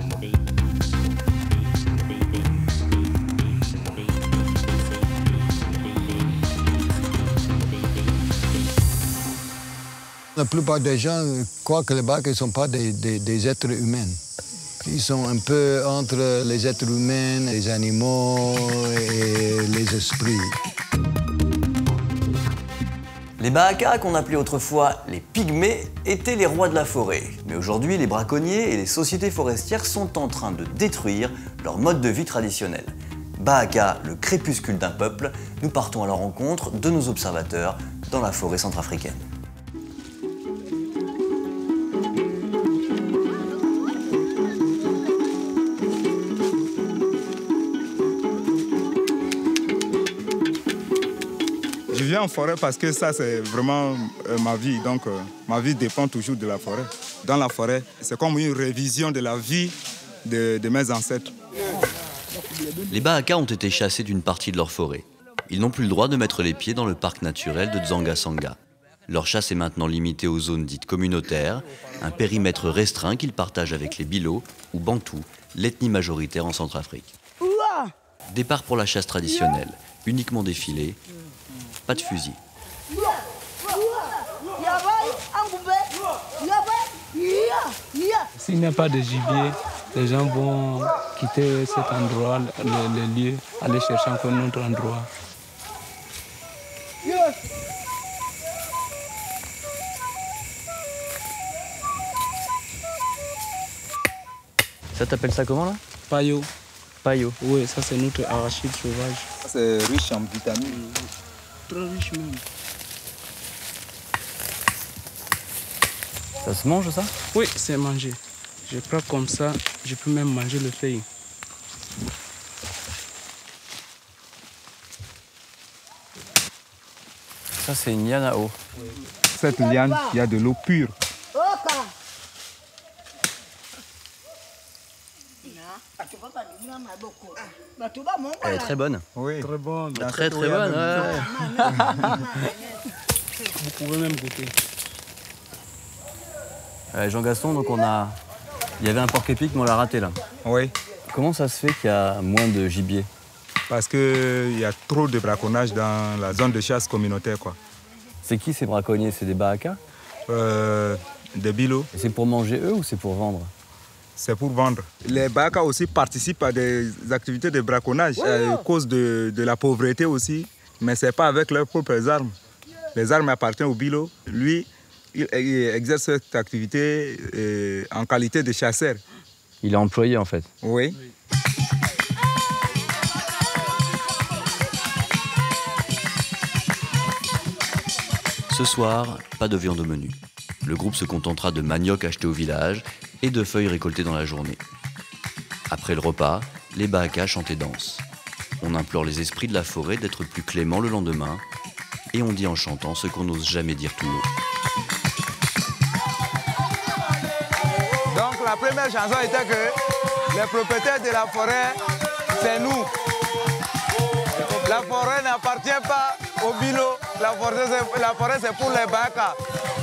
La plupart des gens croient que les Bahakas ne sont pas des êtres humains. Ils sont un peu entre les êtres humains, les animaux et les esprits. Les Bahakas, qu'on appelait autrefois les pygmées, étaient les rois de la forêt. Mais aujourd'hui, les braconniers et les sociétés forestières sont en train de détruire leur mode de vie traditionnel. Bahaka, le crépuscule d'un peuple, nous partons à la rencontre de nos observateurs dans la forêt centrafricaine. Je viens en forêt parce que ça, c'est vraiment ma vie. Donc, ma vie dépend toujours de la forêt. Dans la forêt, c'est comme une révision de la vie de mes ancêtres. Les Bahakas ont été chassés d'une partie de leur forêt. Ils n'ont plus le droit de mettre les pieds dans le parc naturel de Dzanga-Sanga. Leur chasse est maintenant limitée aux zones dites communautaires, un périmètre restreint qu'ils partagent avec les Bilo ou Bantous, l'ethnie majoritaire en Centrafrique. Départ pour la chasse traditionnelle, uniquement des filets, pas de fusil. S'il n'y a pas de gibier, les gens vont quitter cet endroit, le lieu, aller chercher encore un autre endroit. Ça t'appelle ça comment là? Payo. Payo. Oui, ça c'est notre arachide sauvage. C'est riche en vitamines. Très riche même. Ça se mange ça? Oui, c'est mangé. Je prends comme ça, je peux même manger le feuille. Ça c'est une liane à eau. Cette liane, il y a de l'eau pure. Elle est très bonne. Oui. Très bonne. Très bonne. Ouais. Vous pouvez même goûter. Jean-Gaston, donc il y avait un porc-épic, mais on l'a raté là. Oui. Comment ça se fait qu'il y a moins de gibier? Parce qu'il y a trop de braconnage dans la zone de chasse communautaire, quoi. C'est qui ces braconniers? C'est des Bahakas? Des Bilo. C'est pour manger eux ou c'est pour vendre? C'est pour vendre. Les Bahakas aussi participent à des activités de braconnage à cause de la pauvreté aussi, mais ce n'est pas avec leurs propres armes. Les armes appartiennent au Bilo. Lui, il exerce cette activité en qualité de chasseur. Il est employé en fait. Oui. Ce soir, pas de viande au menu. Le groupe se contentera de manioc acheté au village et de feuilles récoltées dans la journée. Après le repas, les Bahakas chantent et dansent. On implore les esprits de la forêt d'être plus cléments le lendemain et on dit en chantant ce qu'on n'ose jamais dire tout haut. Donc la première chanson était que les propriétaires de la forêt, c'est nous. La forêt n'appartient pas au Bilo, la forêt c'est pour les Bahakas.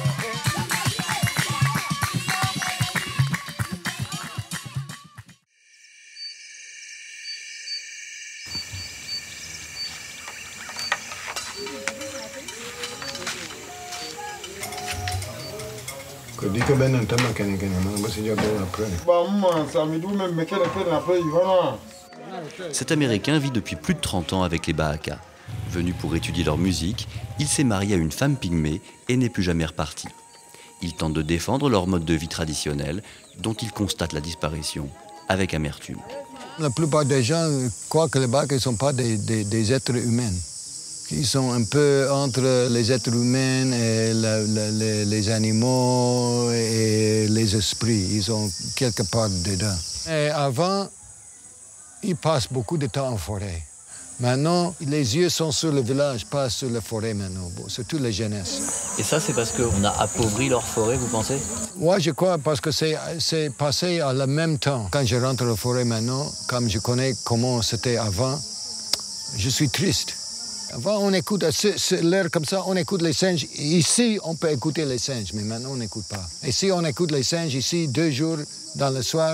Cet Américain vit depuis plus de 30 ans avec les Bahakas. Venu pour étudier leur musique, il s'est marié à une femme pygmée et n'est plus jamais reparti. Il tente de défendre leur mode de vie traditionnel, dont il constate la disparition avec amertume. La plupart des gens croient que les Bahakas ne sont pas des êtres humains. Ils sont un peu entre les êtres humains et les animaux et les esprits. Ils sont quelque part dedans. Et avant, ils passent beaucoup de temps en forêt. Maintenant, les yeux sont sur le village, pas sur la forêt maintenant, surtout les jeunesses. Et ça, c'est parce qu'on a appauvri leur forêt, vous pensez? Moi, je crois parce que c'est passé à le même temps. Quand je rentre en forêt maintenant, comme je connais comment c'était avant, je suis triste. Avant, on écoute, l'air comme ça, on écoute les singes. Ici, on peut écouter les singes, mais maintenant, on n'écoute pas. Et si on écoute les singes ici 2 jours dans le soir,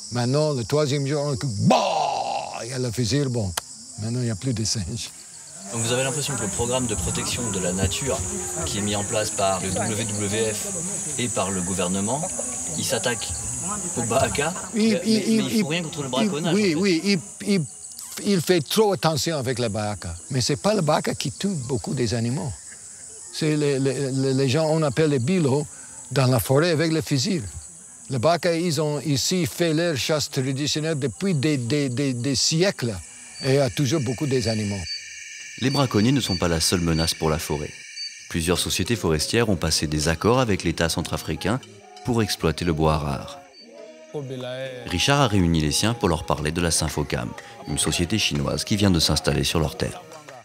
Maintenant, le troisième jour, on écoute, bah, il y a le fusil, bon. Maintenant, il n'y a plus de singes. Donc vous avez l'impression que le programme de protection de la nature qui est mis en place par le WWF et par le gouvernement, il s'attaque au Bahaka, mais il ne faut rien contre le braconnage. Oui, il fait trop attention avec le Bahaka. Mais ce n'est pas le Bahaka qui tue beaucoup des animaux. C'est les gens, on appelle les bilots, dans la forêt avec les fusils. Les Bahaka, ils ont ici fait leur chasse traditionnelle depuis des siècles. Et il y a toujours beaucoup d'animaux. Les braconniers ne sont pas la seule menace pour la forêt. Plusieurs sociétés forestières ont passé des accords avec l'État centrafricain pour exploiter le bois rare. Richard a réuni les siens pour leur parler de la Sinfocam, une société chinoise qui vient de s'installer sur leur terre.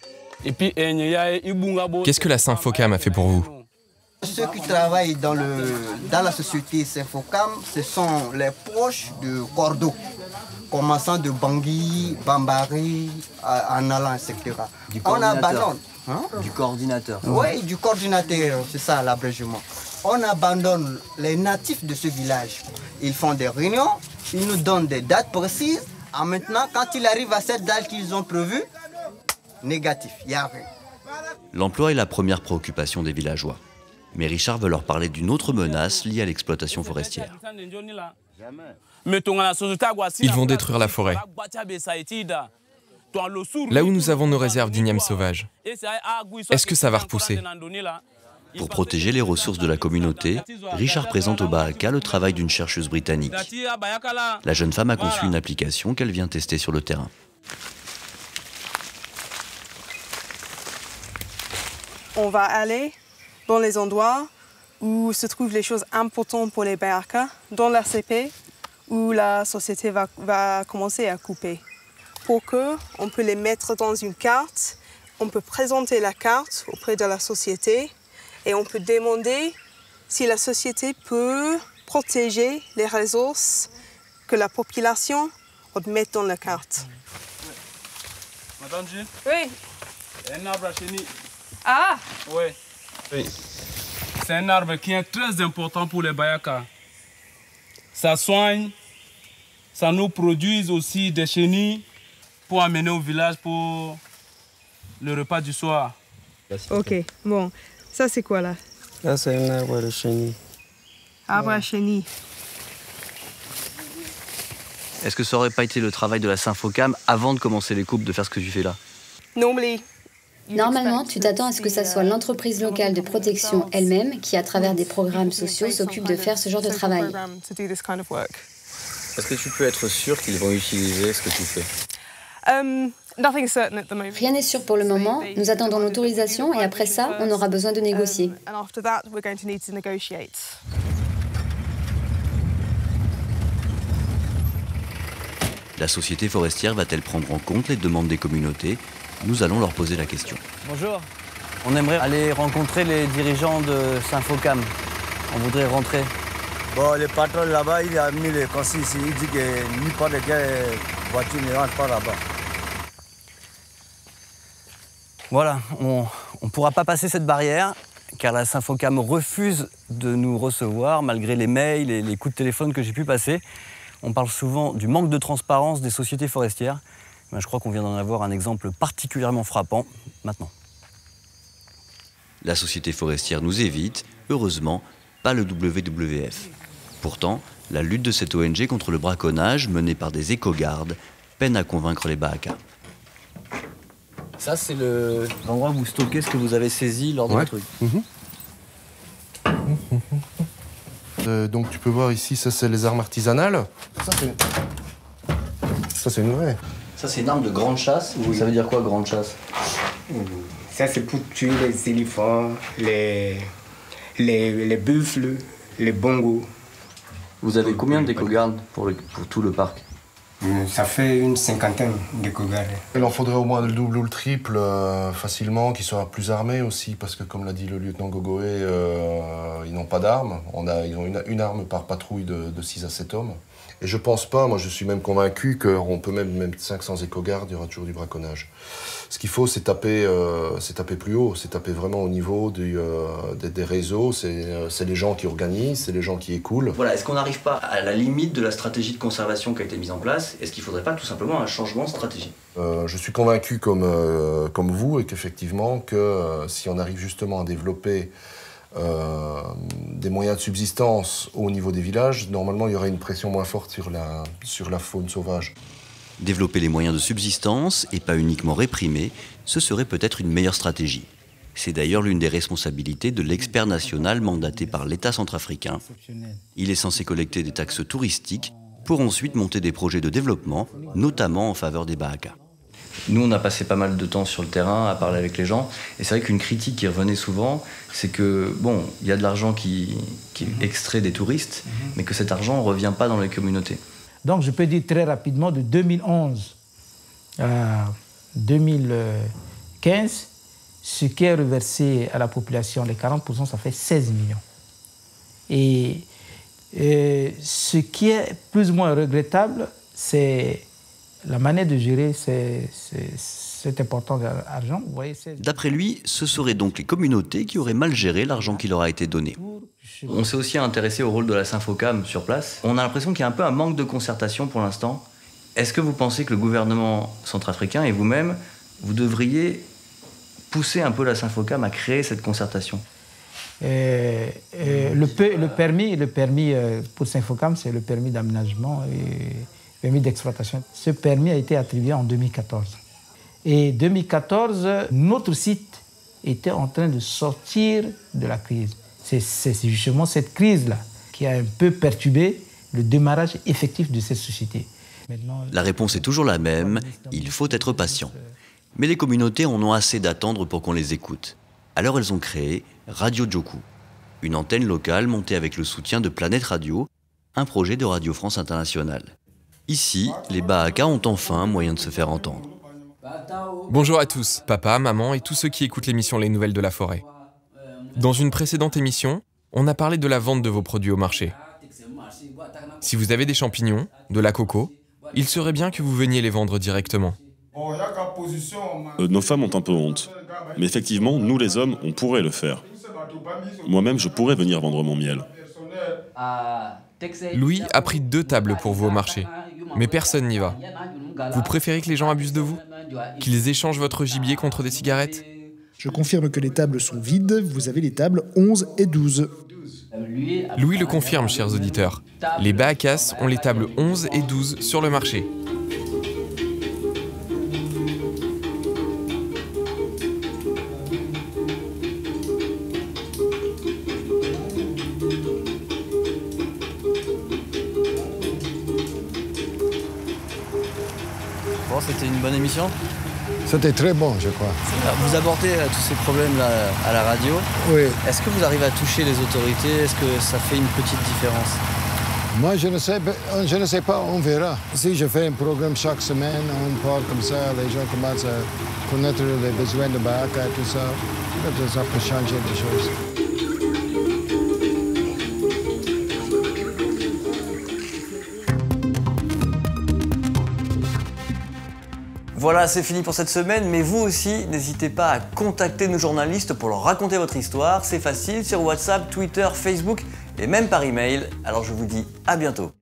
Qu'est-ce que la Sinfocam a fait pour vous? Ceux qui travaillent dans la société Sinfocam, ce sont les proches de Cordo, commençant de Bangui, Bambari, en allant, etc. On abandonne. Hein? Du coordinateur. Oui, du coordinateur, c'est ça l'abrégement. On abandonne les natifs de ce village. Ils font des réunions, ils nous donnent des dates précises. Et maintenant, quand il arrive à cette date qu'ils ont prévue, négatif, il n'y a rien. L'emploi est la première préoccupation des villageois. Mais Richard veut leur parler d'une autre menace liée à l'exploitation forestière. Ils vont détruire la forêt. Là où nous avons nos réserves d'igname sauvage, est-ce que ça va repousser? Pour protéger les ressources de la communauté, Richard présente au Bahaka le travail d'une chercheuse britannique. La jeune femme a conçu une application qu'elle vient tester sur le terrain. On va aller dans les endroits où se trouvent les choses importantes pour les Bahaka, dans l'RCP, où la société va commencer à couper. Pour qu'on peut les mettre dans une carte, on peut présenter la carte auprès de la société et on peut demander si la société peut protéger les ressources que la population va mettre dans la carte. Madame Gilles? Oui. Un arbre à chenille. Ah! Oui. C'est un arbre qui est très important pour les Bahaka. Ça soigne, ça nous produit aussi des chenilles pour amener au village pour le repas du soir. Ok, bon. Ça, c'est quoi, là? Là, c'est un arbre de chenille. Arbre à chenille. Est-ce que ça aurait pas été le travail de la Sinfocam avant de commencer les coupes de faire ce que tu fais là? Normalement, tu t'attends à ce que ça soit l'entreprise locale de protection elle-même qui, à travers des programmes sociaux, s'occupe de faire ce genre de travail. Est-ce que tu peux être sûr qu'ils vont utiliser ce que tu fais? Rien n'est sûr pour le moment. Nous attendons l'autorisation et après ça, on aura besoin de négocier. La société forestière va-t-elle prendre en compte les demandes des communautés? Nous allons leur poser la question. Bonjour. On aimerait aller rencontrer les dirigeants de Sinfocam. On voudrait rentrer. Bon, le patron là-bas, il a mis les consignes ici. Il dit que n'importe quelle voiture ne rentre pas là-bas. Voilà, on ne pourra pas passer cette barrière car la Sinfocam refuse de nous recevoir malgré les mails et les coups de téléphone que j'ai pu passer. On parle souvent du manque de transparence des sociétés forestières. Mais je crois qu'on vient d'en avoir un exemple particulièrement frappant maintenant. La société forestière nous évite, heureusement, pas le WWF. Pourtant, la lutte de cette ONG contre le braconnage, menée par des éco-gardes, peine à convaincre les Bahaka. Ça, c'est l'endroit où vous stockez ce que vous avez saisi lors de votre truc. Donc tu peux voir ici, ça c'est les armes artisanales. Ça c'est une vraie. Ça c'est une arme de grande chasse. Oui. Ça veut dire quoi, grande chasse? Ça c'est pour tuer les éléphants, les buffles, les bongos. Vous avez combien d'éco-gardes pour tout le parc? Ça fait une cinquantaine d'éco-gardes. Il en faudrait au moins le double ou le triple facilement, qui soient plus armés aussi, parce que comme l'a dit le lieutenant Gogoé, ils n'ont pas d'armes. Ils ont une arme par patrouille de 6 à 7 hommes. Et je pense pas, moi je suis même convaincu qu'on peut même mettre 500 éco-gardes, il y aura toujours du braconnage. Ce qu'il faut, c'est taper plus haut, c'est taper vraiment au niveau des réseaux, c'est les gens qui organisent, c'est les gens qui écoulent. Voilà, est-ce qu'on n'arrive pas à la limite de la stratégie de conservation qui a été mise en place? Est-ce qu'il ne faudrait pas tout simplement un changement de stratégie? Je suis convaincu comme vous, et qu'effectivement, si on arrive justement à développer des moyens de subsistance au niveau des villages, normalement il y aurait une pression moins forte sur la faune sauvage. Développer les moyens de subsistance et pas uniquement réprimer, ce serait peut-être une meilleure stratégie. C'est d'ailleurs l'une des responsabilités de l'expert national mandaté par l'État centrafricain. Il est censé collecter des taxes touristiques pour ensuite monter des projets de développement, notamment en faveur des Bahaka. Nous, on a passé pas mal de temps sur le terrain à parler avec les gens. Et c'est vrai qu'une critique qui revenait souvent, c'est que, bon, il y a de l'argent qui est extrait des touristes, mais que cet argent ne revient pas dans les communautés. Donc, je peux dire très rapidement, de 2011 à 2015, ce qui est reversé à la population, les 40%, ça fait 16 millions. Et ce qui est plus ou moins regrettable, c'est la manière de gérer cet important argent. D'après lui, ce seraient donc les communautés qui auraient mal géré l'argent qui leur a été donné. On s'est aussi intéressé au rôle de la Sinfocam sur place. On a l'impression qu'il y a un peu un manque de concertation pour l'instant. Est-ce que vous pensez que le gouvernement centrafricain et vous-même, vous devriez pousser un peu la Sinfocam à créer cette concertation? Le permis pour Sinfocam, c'est le permis d'aménagement et permis d'exploitation. Ce permis a été attribué en 2014. Et 2014, notre site était en train de sortir de la crise. C'est justement cette crise-là qui a un peu perturbé le démarrage effectif de cette société. Maintenant, la réponse est toujours la même, il faut être patient. Mais les communautés en ont assez d'attendre pour qu'on les écoute. Alors elles ont créé Radio Djoku, une antenne locale montée avec le soutien de Planète Radio, un projet de Radio France Internationale. Ici, les Bahaka ont enfin moyen de se faire entendre. Bonjour à tous, papa, maman et tous ceux qui écoutent l'émission Les Nouvelles de la Forêt. Dans une précédente émission, on a parlé de la vente de vos produits au marché. Si vous avez des champignons, de la coco, il serait bien que vous veniez les vendre directement. Nos femmes ont un peu honte. Mais effectivement, nous les hommes, on pourrait le faire. Moi-même, je pourrais venir vendre mon miel. Louis a pris 2 tables pour vous au marché, mais personne n'y va. Vous préférez que les gens abusent de vous? Qu'ils échangent votre gibier contre des cigarettes? Je confirme que les tables sont vides, vous avez les tables 11 et 12. Louis le confirme, chers auditeurs. Les Bahakas ont les tables 11 et 12 sur le marché. Bon, c'était une bonne émission? C'était très bon, je crois. Vous abordez tous ces problèmes-là à la radio. Oui. Est-ce que vous arrivez à toucher les autorités? Est-ce que ça fait une petite différence? Moi, je ne sais pas, on verra. Si je fais un programme chaque semaine, on parle comme ça, les gens commencent à connaître les besoins de Bahaka et tout ça. Ça peut changer des choses. Voilà, c'est fini pour cette semaine, mais vous aussi, n'hésitez pas à contacter nos journalistes pour leur raconter votre histoire. C'est facile, sur WhatsApp, Twitter, Facebook et même par email. Alors je vous dis à bientôt.